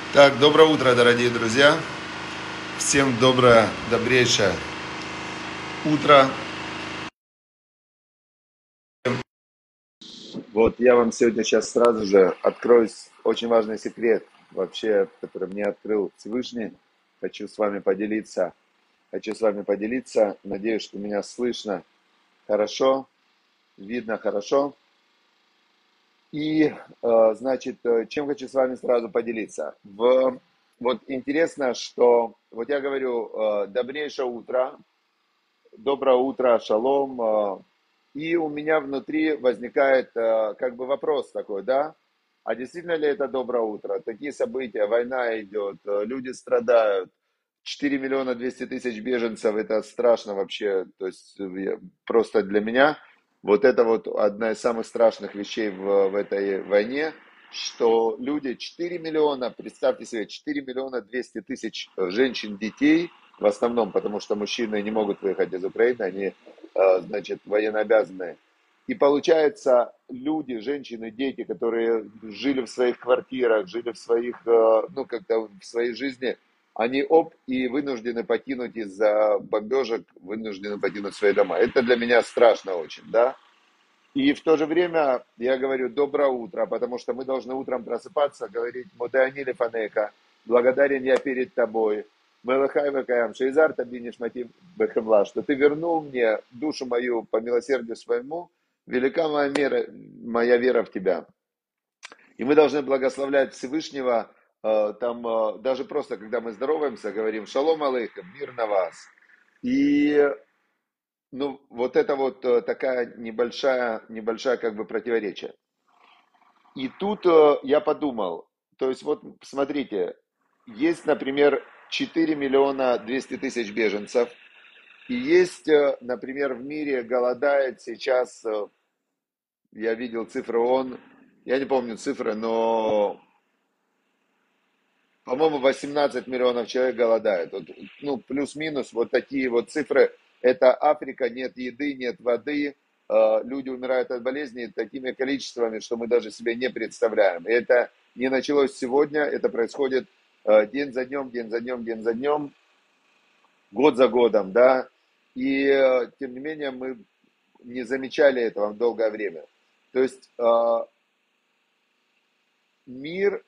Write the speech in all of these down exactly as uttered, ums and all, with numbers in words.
Так, доброе утро, дорогие друзья. Всем доброе, добрейшее утро. Вот я вам сегодня сейчас сразу же открою очень важный секрет, вообще, который мне открыл Всевышний. Хочу с вами поделиться. Хочу с вами поделиться. Надеюсь, что меня слышно хорошо, видно хорошо. И, э, значит, э, чем хочу с вами сразу поделиться. В, вот интересно, что, вот я говорю, э, добрейшее утро, доброе утро, шалом. э, И у меня внутри возникает э, как бы вопрос такой, да, а действительно ли это доброе утро? Такие события, война идет, э, люди страдают, четыре миллиона двести тысяч беженцев, это страшно вообще, то есть э, я- просто для меня вот это вот одна из самых страшных вещей в, в этой войне, что люди, четыре миллиона, представьте себе, четыре миллиона двести тысяч женщин, детей, в основном, потому что мужчины не могут выехать из Украины, они, э, значит, военнообязанные. И получается, люди, женщины, дети, которые жили в своих квартирах, жили в своих, э, ну, как-то в своей жизни, они оп, и вынуждены покинуть из-за бомбежек, вынуждены покинуть свои дома. Это для меня страшно очень, да. И в то же время я говорю доброе утро, потому что мы должны утром просыпаться, говорить «Модеани лефанека», благодарен я перед тобой, Мелахай Вакаям, Шейзар Таби Нишмати Бехемла, что ты вернул мне душу мою по милосердию своему, велика моя, мера, моя вера в тебя. И мы должны благословлять Всевышнего, э, там э, даже просто, когда мы здороваемся, говорим «Шалом алейхем», мир на вас. И ну, вот это вот э, такая небольшая, небольшая как бы противоречие. И тут э, я подумал, то есть вот смотрите, есть, например, четыре миллиона двести тысяч беженцев, и есть, э, например, в мире голодает сейчас, э, я видел цифры ООН, я не помню цифры, но, по-моему, восемнадцать миллионов человек голодает. Вот, ну, плюс-минус вот такие вот цифры. Это Африка, нет еды, нет воды, э, люди умирают от болезней такими количествами, что мы даже себе не представляем. И это не началось сегодня, это происходит э, день за днем, день за днем, день за днем, год за годом, да. И э, тем не менее мы не замечали этого долгое время. То есть э, мир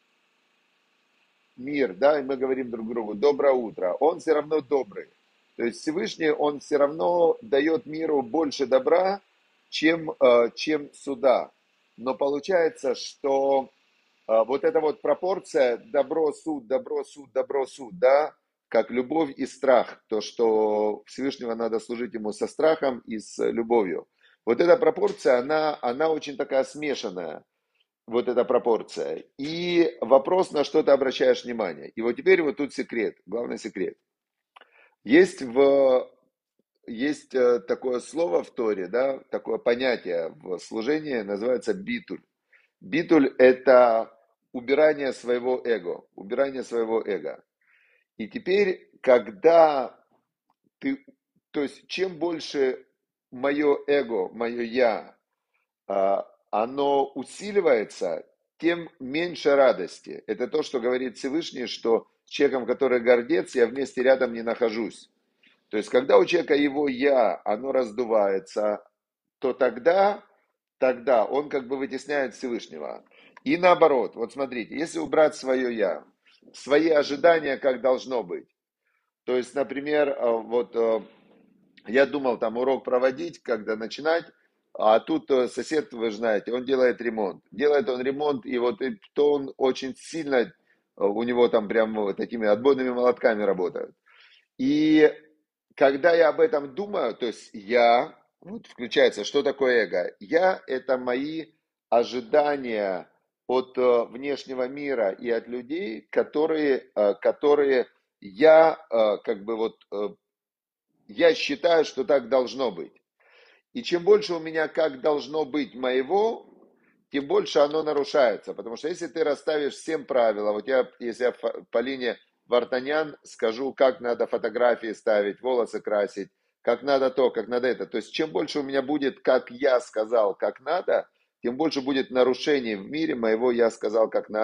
мир, да, и мы говорим друг другу доброе утро, он все равно добрый. То есть Всевышний, он все равно дает миру больше добра, чем, э, чем суда. Но получается, что э, вот эта вот пропорция добро, суд, добро, суд, добро, суд, да, как любовь и страх, то, что Всевышнего надо служить ему со страхом и с любовью. Вот эта пропорция, она, она очень такая смешанная, вот эта пропорция. И вопрос, на что ты обращаешь внимание. И вот теперь вот тут секрет, главный секрет. Есть, в, есть э, такое слово в Торе, да, такое понятие в служении, называется битуль. Битуль – это убирание своего эго, убирание своего эго. И теперь, когда ты, то есть чем больше мое эго, мое я, а, оно усиливается, тем меньше радости. Это то, что говорит Всевышний, что с человеком, который гордец, я вместе рядом не нахожусь. То есть, когда у человека его «я», оно раздувается, то тогда, тогда он как бы вытесняет Всевышнего. И наоборот, вот смотрите, если убрать свое «я», свои ожидания, как должно быть. То есть, например, э, вот э, я думал там урок проводить, когда начинать, а тут э, сосед, вы же знаете, он делает ремонт. Делает он ремонт, и вот и то он очень сильно, э, у него там прям вот такими отбойными молотками работают. И когда я об этом думаю, то есть я, вот включается, что такое эго? Я – это мои ожидания от э, внешнего мира и от людей, которые, э, которые я э, как бы вот э, я считаю, что так должно быть. И чем больше у меня как должно быть моего, тем больше оно нарушается. Потому что если ты расставишь всем правила, вот я, если я Полине Вартанян скажу, как надо фотографии ставить, волосы красить, как надо то, как надо это. То есть чем больше у меня будет, как я сказал, как надо, тем больше будет нарушений в мире моего «я сказал, как надо».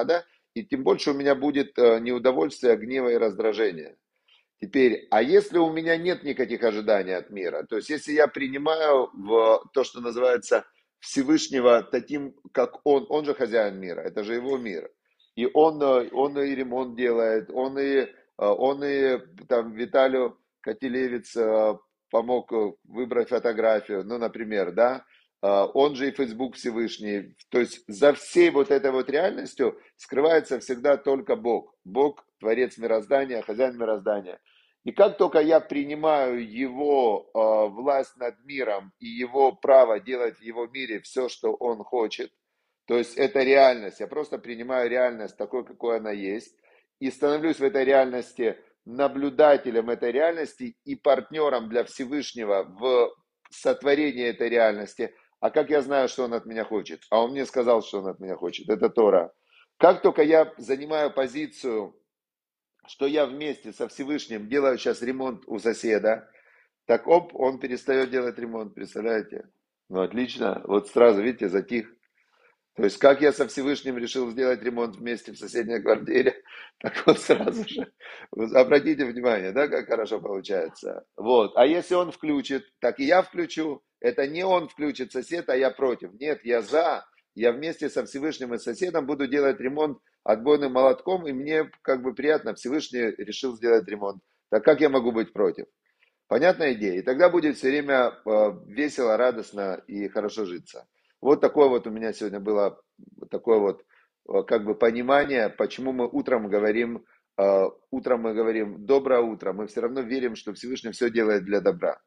и тем больше у меня будет неудовольствия, гнева и раздражения. Теперь, а если у меня нет никаких ожиданий от мира, то есть если я принимаю в то, что называется Всевышнего таким, как он, он же хозяин мира, это же его мир, и он, он и ремонт делает, он и, он и там Виталию Котелевец помог выбрать фотографию, ну, например, да, он же и Facebook Всевышний, то есть за всей вот этой вот реальностью скрывается всегда только Бог, Бог, Творец мироздания, хозяин мироздания. И как только я принимаю его э, власть над миром и его право делать в его мире все, что он хочет, то есть это реальность, я просто принимаю реальность такой, какой она есть, и становлюсь в этой реальности наблюдателем этой реальности и партнером для Всевышнего в сотворении этой реальности. А как я знаю, что он от меня хочет? А он мне сказал, что он от меня хочет. Это Тора. Как только я занимаю позицию, что я вместе со Всевышним делаю сейчас ремонт у соседа, так оп, он перестает делать ремонт, представляете? Ну, отлично, вот сразу, видите, затих. То есть, как я со Всевышним решил сделать ремонт вместе в соседней квартире, так вот сразу же, обратите внимание, да, как хорошо получается. Вот, а если он включит, так и я включу, это не он включит сосед, а я против. Нет, я за, я вместе со Всевышним и соседом буду делать ремонт отбойным молотком, и мне как бы приятно, Всевышний решил сделать ремонт. Так как я могу быть против? Понятная идея? И тогда будет все время весело, радостно и хорошо житься. Вот такое вот у меня сегодня было такое вот как бы понимание, почему мы утром говорим, утром мы говорим доброе утро, мы все равно верим, что Всевышний все делает для добра.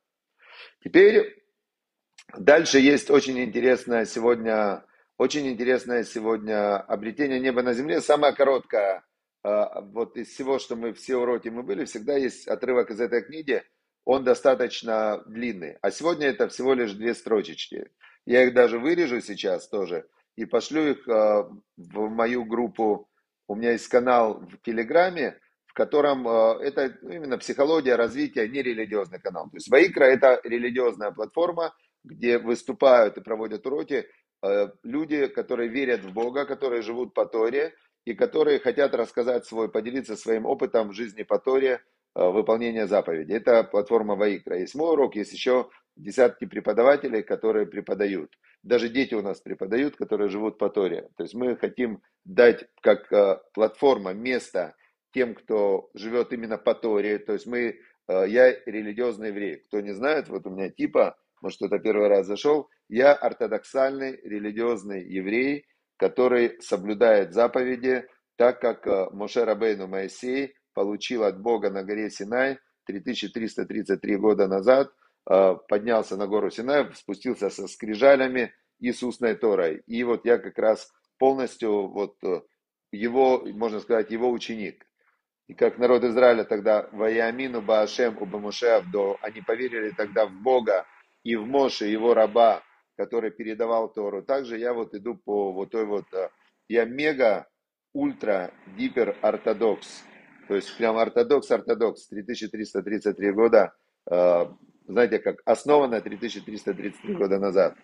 Теперь дальше есть очень интересное сегодня, очень интересное сегодня обретение неба на земле, самое короткое, вот из всего, что мы все уроки мы были, всегда есть отрывок из этой книги, он достаточно длинный, а сегодня это всего лишь две строчечки. Я их даже вырежу сейчас тоже и пошлю их в мою группу. У меня есть канал в Телеграме, в котором это именно психология, развитие, нерелигиозный канал. То есть Ваикра — это религиозная платформа, где выступают и проводят уроки люди, которые верят в Бога, которые живут по Торе и которые хотят рассказать свой, поделиться своим опытом в жизни по Торе, выполнения заповедей. Это платформа Ваикра. Есть мой урок, есть еще десятки преподавателей, которые преподают. Даже дети у нас преподают, которые живут по Торе. То есть мы хотим дать как платформа, место тем, кто живет именно по Торе. То есть мы, я религиозный еврей. Кто не знает, вот у меня типа, может кто-то первый раз зашел, я ортодоксальный религиозный еврей, который соблюдает заповеди, так как Моше Рабейну Моисей получил от Бога на горе Синай три тысячи триста тридцать три года назад, поднялся на гору Синай, спустился со скрижалями и с устной Торой. И вот я как раз полностью вот его, можно сказать, его ученик. И как народ Израиля тогда «Ваямину Баашем уба Моше Авдо», они поверили тогда в Бога и в Моше, его раба, который передавал Тору. Также я вот иду по вот той вот, я мега, ультра, гипер ортодокс. То есть прям ортодокс-ортодокс, три тысячи триста тридцать три года, знаете, как основано три тысячи триста тридцать три года назад.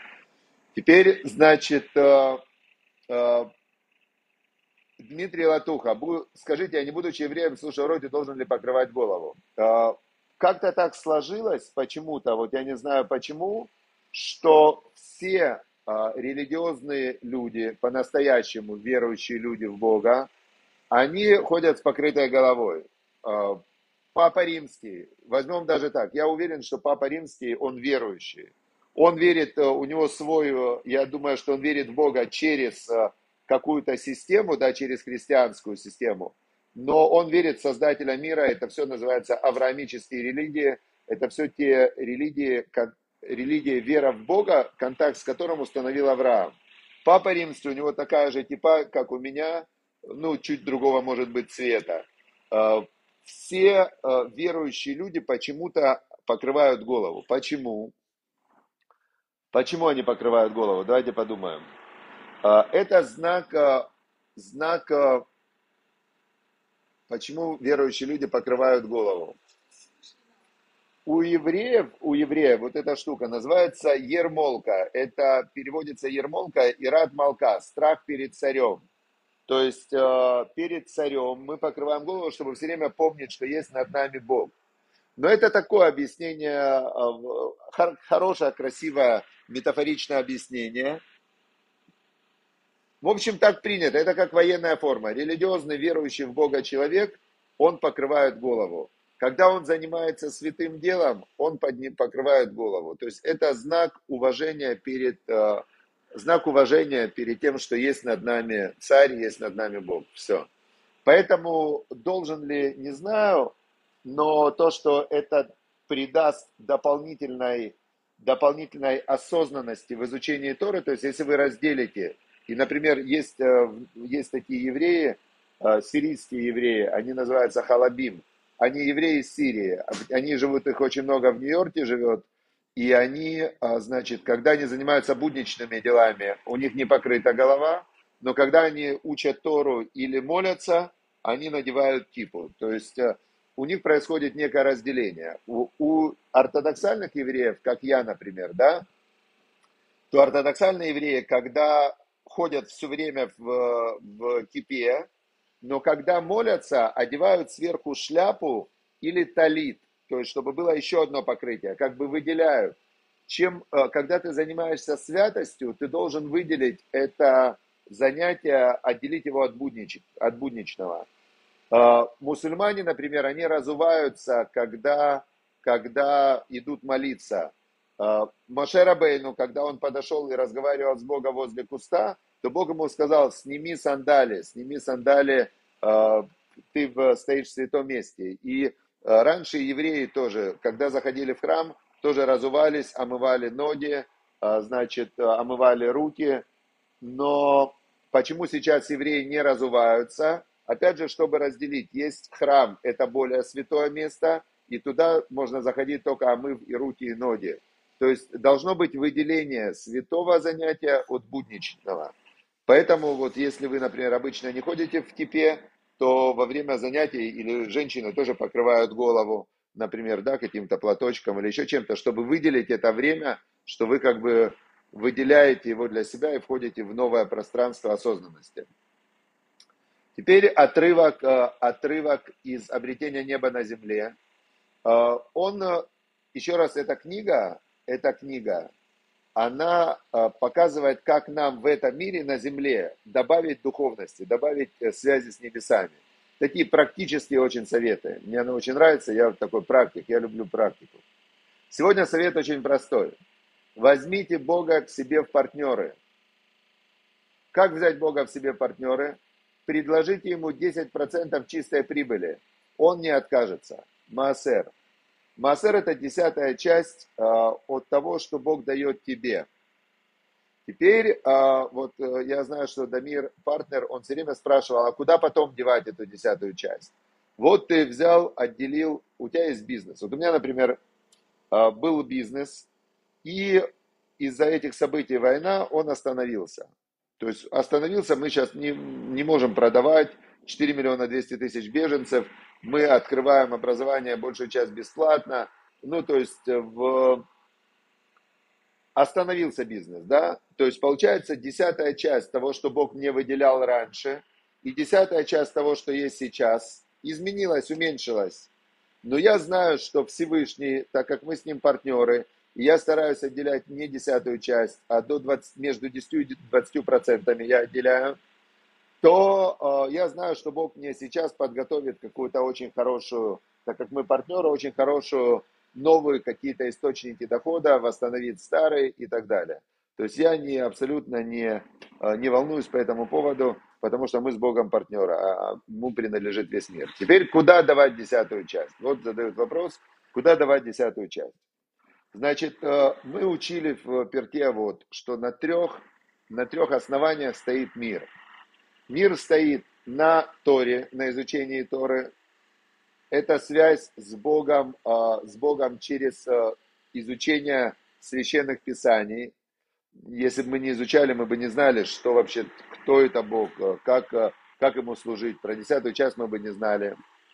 Теперь, значит, Дмитрий Латуха, скажите, я не будучи евреем, слушая уроки, должен ли покрывать голову? Как-то так сложилось почему-то, вот я не знаю почему, что все религиозные люди, по-настоящему верующие люди в Бога, они ходят с покрытой головой. Папа Римский, возьмем даже так, я уверен, что Папа Римский, он верующий. Он верит, у него свой, я думаю, что он верит в Бога через какую-то систему, да, через христианскую систему. Но он верит в Создателя мира, это все называется авраамические религии, это все те религии, религия вера в Бога, контакт с которым установил Авраам. Папа Римский, у него такая же типа, как у меня, ну, чуть другого, может быть, цвета. Все верующие люди почему-то покрывают голову. Почему? Почему они покрывают голову? Давайте подумаем. Это знак, знак, почему верующие люди покрывают голову. У евреев, у евреев вот эта штука называется ермолка. Это переводится ермолка, ират малка, страх перед царем. То есть э, перед царем мы покрываем голову, чтобы все время помнить, что есть над нами Бог. Но это такое объяснение, э, хорошее, красивое, метафоричное объяснение. В общем, так принято. Это как военная форма. Религиозный, верующий в Бога человек, он покрывает голову. Когда он занимается святым делом, он под ним покрывает голову. То есть это знак уважения перед, э, знак уважения перед тем, что есть над нами царь, есть над нами Бог. Все. Поэтому должен ли, не знаю, но то, что это придаст дополнительной, дополнительной осознанности в изучении Торы, то есть если вы разделите, и, например, есть, э, есть такие евреи, э, сирийские евреи, они называются халабим, они евреи из Сирии, они живут, их очень много в Нью-Йорке живет, и они, э, значит, когда они занимаются будничными делами, у них не покрыта голова, но когда они учат Тору или молятся, они надевают кипу. То есть э, у них происходит некое разделение. У, у ортодоксальных евреев, как я, например, да, то ортодоксальные евреи, когда ходят все время в, в кипе, но когда молятся, одевают сверху шляпу или талит, то есть чтобы было еще одно покрытие, как бы выделяют. Чем, э, когда ты занимаешься святостью, ты должен выделить это занятие, отделить его от, буднич, от будничного. Э, Мусульмане, например, они разуваются, когда, когда идут молиться. Э, Моше Рабейну, когда он подошел и разговаривал с Богом возле куста, то Бог ему сказал: сними сандали, сними сандали, э, ты стоишь в святом месте. И э, раньше евреи тоже, когда заходили в храм, тоже разувались, омывали ноги, э, значит, э, омывали руки. Но почему сейчас евреи не разуваются? Опять же, чтобы разделить, есть храм, это более святое место, и туда можно заходить только омыв и руки, и ноги. То есть должно быть выделение святого занятия от будничного. Поэтому вот если вы, например, обычно не ходите в кипе, то во время занятий или женщины тоже покрывают голову, например, да, каким-то платочком или еще чем-то, чтобы выделить это время, что вы как бы выделяете его для себя и входите в новое пространство осознанности. Теперь отрывок, отрывок из «Обретения неба на земле». Он, еще раз, эта книга, эта книга, она показывает, как нам в этом мире на земле добавить духовности, добавить связи с небесами. Такие практические очень советы. Мне она очень нравится, я такой практик, я люблю практику. Сегодня совет очень простой. Возьмите Бога к себе в партнеры. Как взять Бога в себе в партнеры? Предложите ему десять процентов чистой прибыли. Он не откажется. Маасер. Маасер — это десятая часть э, от того, что Бог дает тебе. Теперь, э, вот э, я знаю, что Дамир, партнер, он все время спрашивал, а куда потом девать эту десятую часть? Вот ты взял, отделил, у тебя есть бизнес. Вот у меня, например, э, был бизнес, и из-за этих событий война, он остановился. То есть остановился, мы сейчас не, не можем продавать, четыре миллиона двести тысяч беженцев, мы открываем образование, большую часть бесплатно. Ну, то есть в... остановился бизнес, да? То есть получается десятая часть того, что Бог мне выделял раньше, и десятая часть того, что есть сейчас, изменилась, уменьшилась. Но я знаю, что Всевышний, так как мы с ним партнеры, и я стараюсь отделять не десятую часть, а до двадцати, между десятью и двадцатью процентами я отделяю, то э, я знаю, что Бог мне сейчас подготовит какую-то очень хорошую, так как мы партнеры, очень хорошую, новые какие-то источники дохода, восстановит старые и так далее. То есть я не, абсолютно не, э, не волнуюсь по этому поводу, потому что мы с Богом партнеры, а ему принадлежит весь мир. Теперь, куда давать десятую часть? Вот задают вопрос, куда давать десятую часть? Значит, э, мы учили в Перке, вот, что на трех, на трех основаниях стоит мир. Мир стоит на Торе, на изучении Торы. Это связь с Богом, с Богом через изучение священных писаний. Если бы мы не изучали, мы бы не знали, что вообще, кто это Бог, как, как ему служить. Про десятую часть мы бы не знали.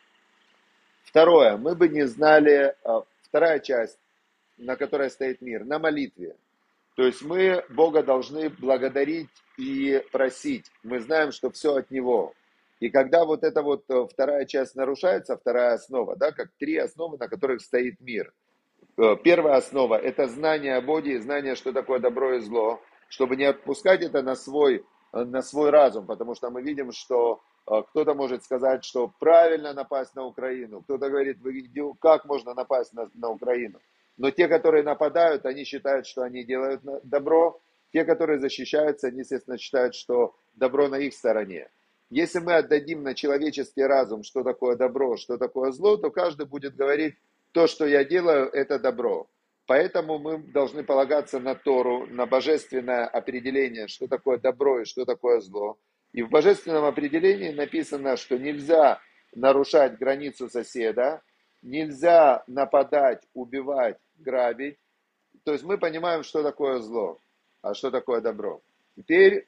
Второе, мы бы не знали, вторая часть, на которой стоит мир, на молитве. То есть мы Бога должны благодарить и просить. Мы знаем, что все от Него. И когда вот эта вот э, вторая часть нарушается, вторая основа, да, как три основы, на которых стоит мир. Э, Первая основа – это знание о Боге, знание, что такое добро и зло, чтобы не отпускать это на свой, э, на свой разум, потому что мы видим, что э, кто-то может сказать, что правильно напасть на Украину, кто-то говорит, вы иди- как можно напасть на, на Украину. Но те, которые нападают, они считают, что они делают на- добро, те, которые защищаются, они, естественно, считают, что добро на их стороне. Если мы отдадим на человеческий разум, что такое добро, что такое зло, то каждый будет говорить, то, что я делаю, это добро. Поэтому мы должны полагаться на Тору, на божественное определение, что такое добро и что такое зло. И в божественном определении написано, что нельзя нарушать границу соседа, нельзя нападать, убивать, грабить. То есть мы понимаем, что такое зло, а что такое добро. Теперь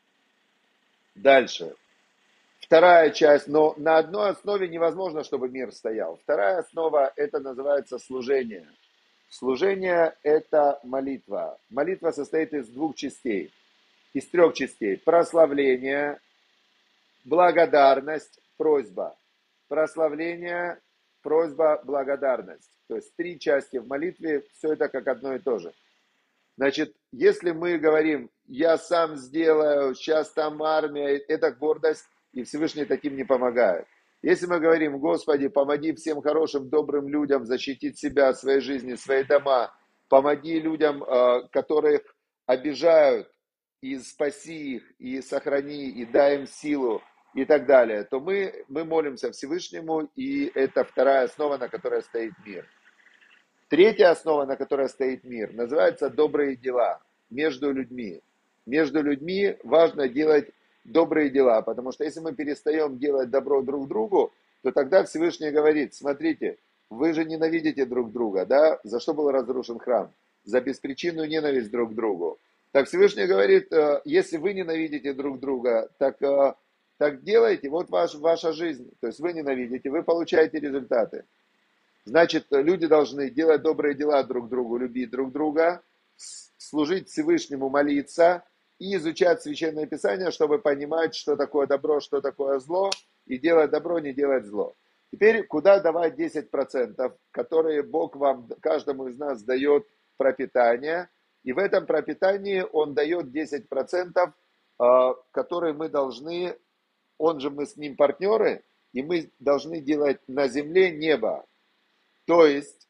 дальше. Вторая часть, но на одной основе невозможно, чтобы мир стоял. Вторая основа, это называется служение. Служение – это молитва. Молитва состоит из двух частей, из трех частей. Прославление, благодарность, просьба. Прославление, просьба, благодарность. То есть три части в молитве, все это как одно и то же. Значит, если мы говорим, я сам сделаю, сейчас там армия, это гордость, и Всевышний таким не помогает. Если мы говорим, Господи, помоги всем хорошим, добрым людям защитить себя, своей жизни, свои дома, помоги людям, которых обижают, и спаси их, и сохрани, и дай им силу, и так далее, то мы, мы молимся Всевышнему, и это вторая основа, на которой стоит мир. Третья основа, на которой стоит мир, называется добрые дела между людьми. Между людьми важно делать добрые дела, потому что если мы перестаем делать добро друг другу, то тогда Всевышний говорит, смотрите, вы же ненавидите друг друга, да? За что был разрушен храм? За беспричинную ненависть друг к другу. Так Всевышний говорит, если вы ненавидите друг друга, так, так делайте, вот ваш, ваша жизнь. То есть вы ненавидите, вы получаете результаты. Значит, люди должны делать добрые дела друг другу, любить друг друга, служить Всевышнему, молиться и изучать Священное Писание, чтобы понимать, что такое добро, что такое зло, и делать добро, не делать зло. Теперь, куда давать десять процентов, которые Бог вам, каждому из нас дает пропитание, и в этом пропитании Он дает десять процентов, которые мы должны, он же мы с Ним партнеры, и мы должны делать на земле небо. То есть,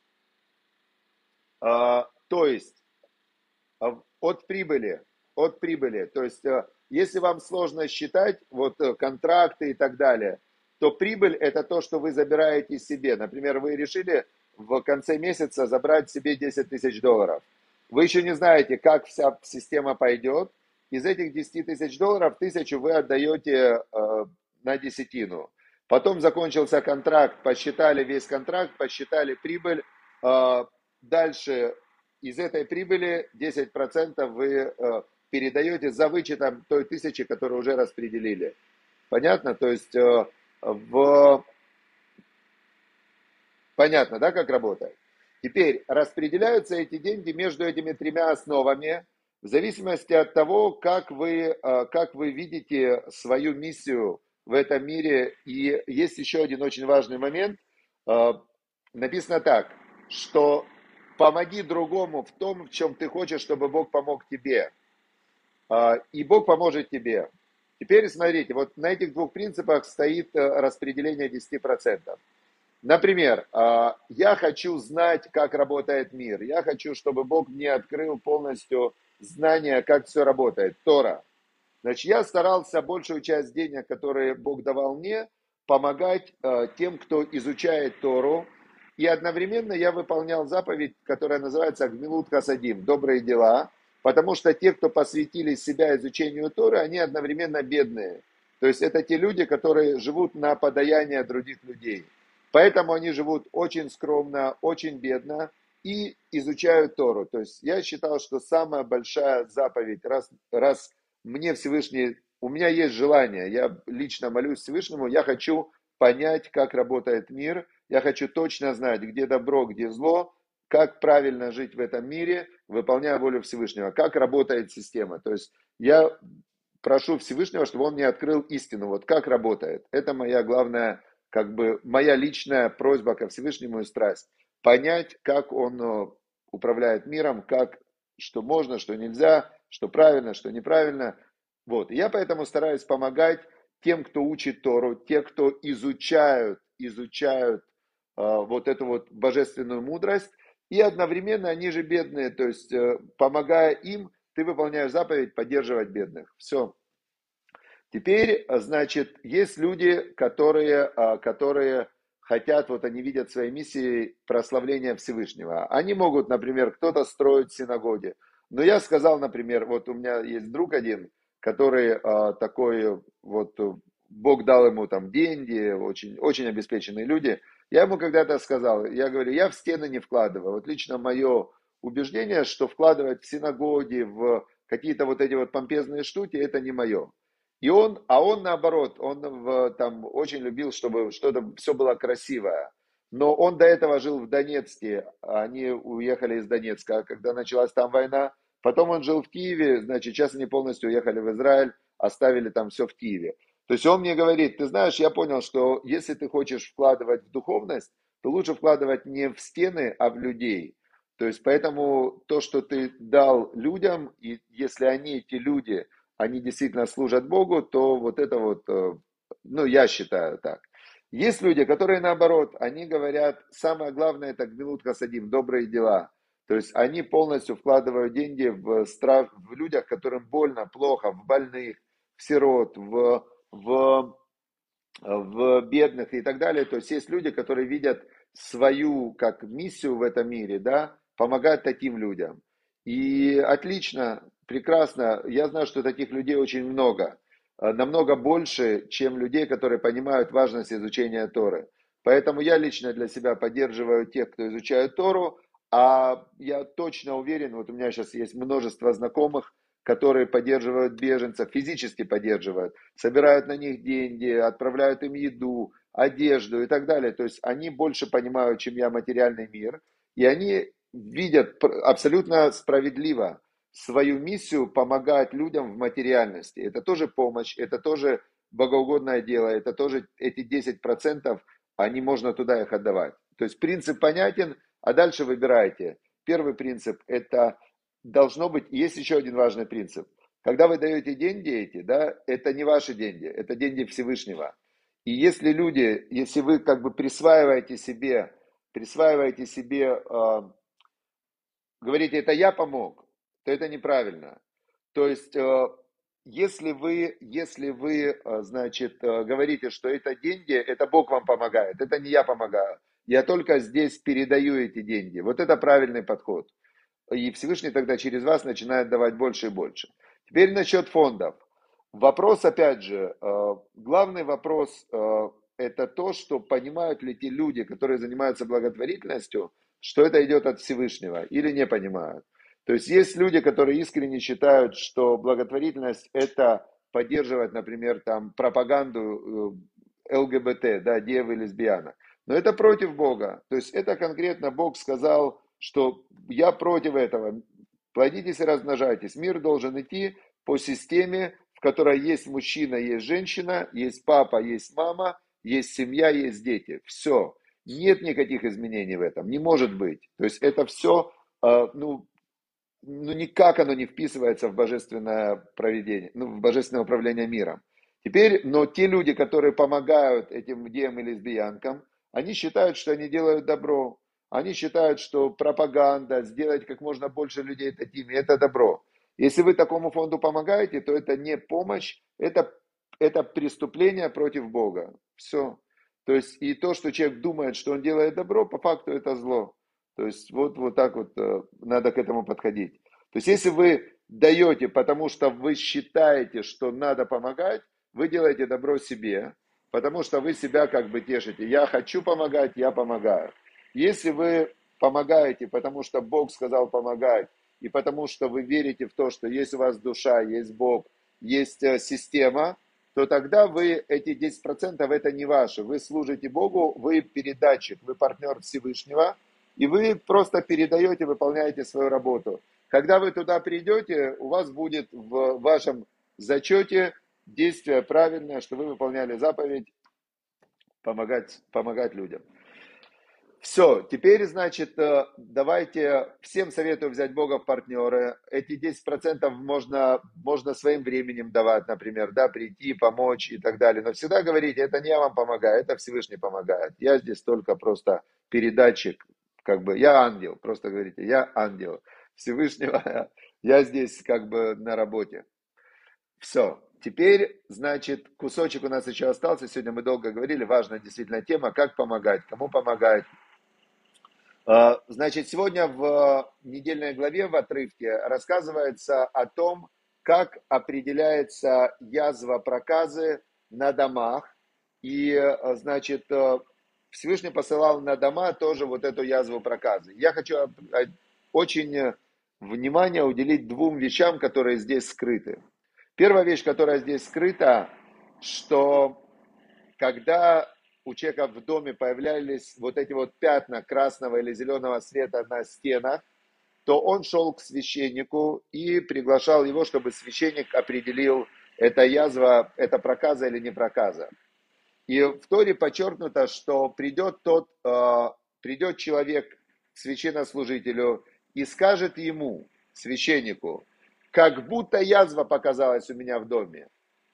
э, то есть э, от прибыли, от прибыли. То есть, э, если вам сложно считать вот э, контракты и так далее, то прибыль это то, что вы забираете себе. Например, вы решили в конце месяца забрать себе десять тысяч долларов. Вы еще не знаете, как вся система пойдет. Из этих десяти тысяч долларов тысячу вы отдаете э, на десятину. Потом закончился контракт, посчитали весь контракт, посчитали прибыль. Дальше из этой прибыли десять процентов вы передаете за вычетом той тысячи, которую уже распределили. Понятно? То есть, в... понятно, да, как работает? Теперь распределяются эти деньги между этими тремя основами в зависимости от того, как вы, как вы видите свою миссию в этом мире. И есть еще один очень важный момент. Написано так, что помоги другому в том, в чем ты хочешь, чтобы Бог помог тебе. И Бог поможет тебе. Теперь смотрите, вот на этих двух принципах стоит распределение десять процентов. Например, я хочу знать, как работает мир. Я хочу, чтобы Бог мне открыл полностью знание, как все работает. Тора. Значит, я старался большую часть денег, которые Бог давал мне, помогать э, тем, кто изучает Тору. И одновременно я выполнял заповедь, которая называется «Гмилут Хасадим» – «Добрые дела», потому что те, кто посвятили себя изучению Торы, они одновременно бедные. То есть это те люди, которые живут на подаяние других людей. Поэтому они живут очень скромно, очень бедно и изучают Тору. То есть я считал, что самая большая заповедь, раз, раз мне Всевышний, у меня есть желание, я лично молюсь Всевышнему, я хочу понять, как работает мир, я хочу точно знать, где добро, где зло, как правильно жить в этом мире, выполняя волю Всевышнего, как работает система. То есть я прошу Всевышнего, чтобы он мне открыл истину, вот как работает. Это моя главная, как бы, моя личная просьба ко Всевышнему и страсть. Понять, как он э, управляет миром, как, что можно, что нельзя, что правильно, что неправильно. Вот. И я поэтому стараюсь помогать тем, кто учит Тору, те, кто изучают, изучают э, вот эту вот божественную мудрость, и одновременно они же бедные, то есть э, помогая им, ты выполняешь заповедь поддерживать бедных. Все. Теперь, значит, есть люди, которые, э, которые хотят, вот они видят своей миссией прославления Всевышнего. Они могут, например, кто-то строить синагоги. Но я сказал, например, вот у меня есть друг один, который э, такой, вот Бог дал ему там деньги, очень, очень обеспеченные люди. Я ему когда-то сказал, я говорю, я в стены не вкладываю. Вот лично мое убеждение, что вкладывать в синагоги, в какие-то вот эти вот помпезные штуки, это не мое. И он, а он наоборот, он в, там очень любил, чтобы что-то все было красивое. Но он до этого жил в Донецке, они уехали из Донецка, когда началась там война. Потом он жил в Киеве, значит, сейчас они полностью уехали в Израиль, оставили там все в Киеве. То есть он мне говорит, ты знаешь, я понял, что если ты хочешь вкладывать в духовность, то лучше вкладывать не в стены, а в людей. То есть поэтому то, что ты дал людям, и если они, эти люди, они действительно служат Богу, то вот это вот, э, ну, я считаю так. Есть люди, которые наоборот, они говорят, самое главное это гмилут хасадим, добрые дела. То есть они полностью вкладывают деньги в, страх, в людях, которым больно, плохо, в больных, в сирот, в, в, в бедных и так далее. То есть есть люди, которые видят свою как миссию в этом мире, да, помогать таким людям. И отлично, прекрасно. Я знаю, что таких людей очень много. Намного больше, чем людей, которые понимают важность изучения Торы. Поэтому я лично для себя поддерживаю тех, кто изучает Тору. А я точно уверен, вот у меня сейчас есть множество знакомых, которые поддерживают беженцев, физически поддерживают, собирают на них деньги, отправляют им еду, одежду и так далее. То есть они больше понимают, чем я, материальный мир. И они видят абсолютно справедливо свою миссию помогать людям в материальности. Это тоже помощь, это тоже богоугодное дело, это тоже эти десять процентов, они можно туда их отдавать. То есть принцип понятен, а дальше выбирайте. Первый принцип – это должно быть, есть еще один важный принцип. Когда вы даете деньги эти, да, это не ваши деньги, это деньги Всевышнего. И если люди, если вы как бы присваиваете себе, присваиваете себе, э, говорите, это я помог, то это неправильно. То есть, э, если вы, если вы, э, значит, э, говорите, что это деньги, это Бог вам помогает, это не я помогаю. Я только здесь передаю эти деньги. Вот это правильный подход. И Всевышний тогда через вас начинает давать больше и больше. Теперь насчет фондов. Вопрос, опять же, э, главный вопрос э, это то, что понимают ли те люди, которые занимаются благотворительностью, что это идет от Всевышнего или не понимают. То есть есть люди, которые искренне считают, что благотворительность это поддерживать, например, там пропаганду э, ЛГБТ, да, дев и лесбиянок. Но это против Бога. То есть это конкретно Бог сказал, что я против этого. Плодитесь и размножайтесь. Мир должен идти по системе, в которой есть мужчина, есть женщина, есть папа, есть мама, есть семья, есть дети. Все. Нет никаких изменений в этом. Не может быть. То есть это все, ну, ну никак оно не вписывается в божественное проведение, ну, в божественное управление миром. Теперь, но те люди, которые помогают этим геям и лесбиянкам, они считают, что они делают добро. Они считают, что пропаганда, сделать как можно больше людей такими, это добро. Если вы такому фонду помогаете, то это не помощь, это, это преступление против Бога. Все. То есть и то, что человек думает, что он делает добро, по факту это зло. То есть вот, вот так вот э, надо к этому подходить. То есть если вы даете, потому что вы считаете, что надо помогать, вы делаете добро себе, потому что вы себя как бы тешите. Я хочу помогать, я помогаю. Если вы помогаете, потому что Бог сказал помогать, и потому что вы верите в то, что есть у вас душа, есть Бог, есть система, то тогда вы, эти десять процентов это не ваши. Вы служите Богу, вы передатчик, вы партнер Всевышнего, И вы просто передаете, выполняете свою работу. Когда вы туда придете, у вас будет в вашем зачете действие правильное, что вы выполняли заповедь помогать, помогать людям. Все, теперь, значит, э, давайте, всем советую взять Бога в партнеры. Эти десять процентов можно, можно своим временем давать, например, да, прийти, помочь и так далее. Но всегда говорите, это не я вам помогаю, это Всевышний помогает. Я здесь только просто передатчик, как бы, я ангел, просто говорите, я ангел Всевышнего, я здесь как бы на работе. Все. Теперь, значит, кусочек у нас еще остался. Сегодня мы долго говорили, важная действительно тема, как помогать, кому помогать. Значит, сегодня в недельной главе в отрывке рассказывается о том, как определяется язва проказы на домах. И, значит, Всевышний посылал на дома тоже вот эту язву проказы. Я хочу очень внимание уделить двум вещам, которые здесь скрыты. Первая вещь, которая здесь скрыта, что когда у человека в доме появлялись вот эти вот пятна красного или зеленого цвета на стенах, то он шел к священнику и приглашал его, чтобы священник определил, это язва, это проказа или не проказа. И в Торе подчеркнуто, что придет тот, придет человек к священнослужителю и скажет ему, священнику, как будто язва показалась у меня в доме.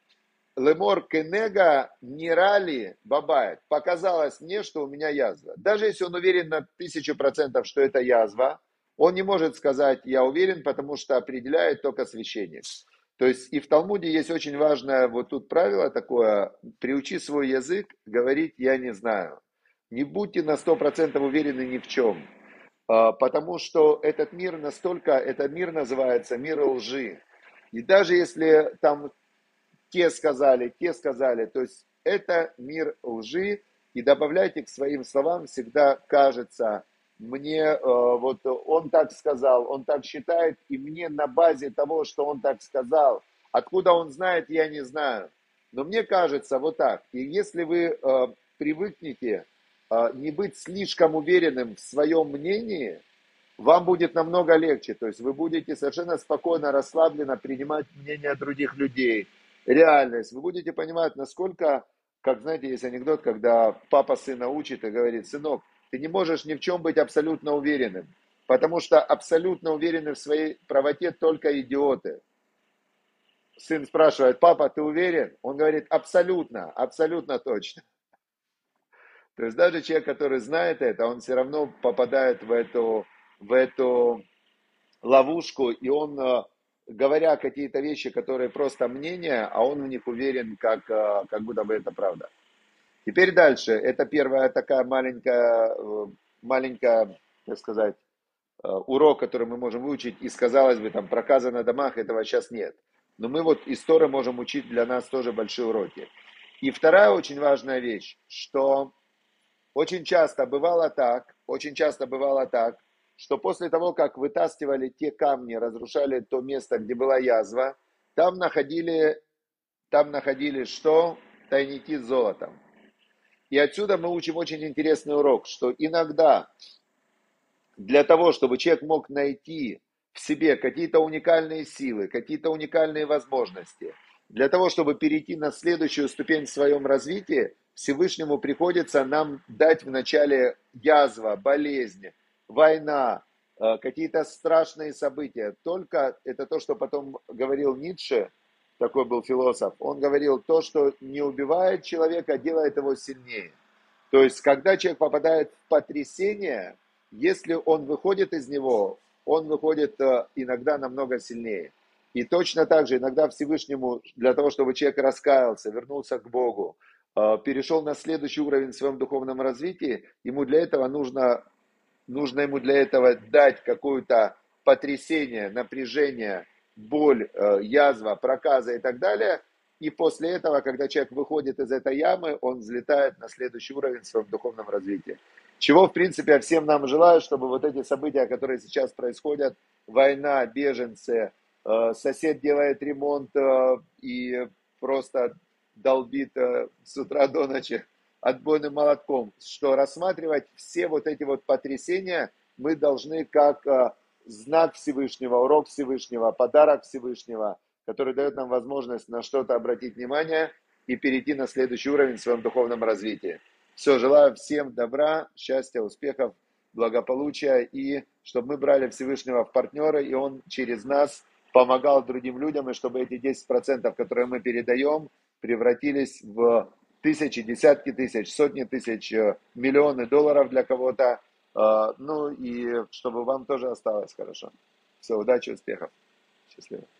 Лемор кенега нирали бабает. Показалось мне, что у меня язва. Даже если он уверен на тысячу процентов, что это язва, он не может сказать, я уверен, потому что определяет только священник. То есть и в Талмуде есть очень важное вот тут правило такое, приучи свой язык говорить я не знаю. Не будьте на сто процентов уверены ни в чем. Потому что этот мир настолько, этот мир называется мир лжи. И даже если там те сказали, те сказали. То есть это мир лжи. И добавляйте к своим словам всегда кажется, мне э, вот он так сказал, он так считает, и мне на базе того, что он так сказал, откуда он знает, я не знаю. Но мне кажется вот так. И если вы э, привыкнете э, не быть слишком уверенным в своем мнении, вам будет намного легче. То есть вы будете совершенно спокойно, расслабленно принимать мнение других людей. Реальность. Вы будете понимать, насколько, как знаете, есть анекдот, когда папа сына учит и говорит, сынок, ты не можешь ни в чем быть абсолютно уверенным, потому что абсолютно уверены в своей правоте только идиоты. Сын спрашивает, папа, ты уверен? Он говорит, абсолютно, абсолютно точно. То есть даже человек, который знает это, он все равно попадает в эту, в эту ловушку, и он, говоря какие-то вещи, которые просто мнения, а он в них уверен, как, как будто бы это правда. Теперь дальше. Это первая такая маленькая, маленькая, так сказать, урок, который мы можем выучить. И сказалось бы, там, проказа на домах, этого сейчас нет. Но мы вот из Торы можем учить для нас тоже большие уроки. И вторая очень важная вещь, что очень часто бывало так, очень часто бывало так, что после того, как вытаскивали те камни, разрушали то место, где была язва, там находили, там находили что? Тайники с золотом. И отсюда мы учим очень интересный урок, что иногда для того, чтобы человек мог найти в себе какие-то уникальные силы, какие-то уникальные возможности, для того, чтобы перейти на следующую ступень в своем развитии, Всевышнему приходится нам дать вначале язва, болезнь, война, какие-то страшные события. Только это то, что потом говорил Ницше, такой был философ, он говорил, то, что не убивает человека, делает его сильнее. То есть, когда человек попадает в потрясение, если он выходит из него, он выходит иногда намного сильнее. И точно так же иногда Всевышнему, для того, чтобы человек раскаялся, вернулся к Богу, перешел на следующий уровень в своем духовном развитии, ему для этого нужно, нужно ему для этого дать какое-то потрясение, напряжение, боль, язва, проказа и так далее. И после этого, когда человек выходит из этой ямы, он взлетает на следующий уровень в своем духовном развитии. Чего, в принципе, я всем нам желаю, чтобы вот эти события, которые сейчас происходят, война, беженцы, сосед делает ремонт и просто долбит с утра до ночи, отбойным молотком, что рассматривать все вот эти вот потрясения мы должны как э, знак Всевышнего, урок Всевышнего, подарок Всевышнего, который дает нам возможность на что-то обратить внимание и перейти на следующий уровень в своем духовном развитии. Все, желаю всем добра, счастья, успехов, благополучия, и чтобы мы брали Всевышнего в партнеры, и Он через нас помогал другим людям, и чтобы эти десять процентов, которые мы передаем, превратились в тысячи, десятки тысяч, сотни тысяч, миллионы долларов для кого-то. Ну и чтобы вам тоже осталось хорошо. Все, удачи, успехов. Счастливо.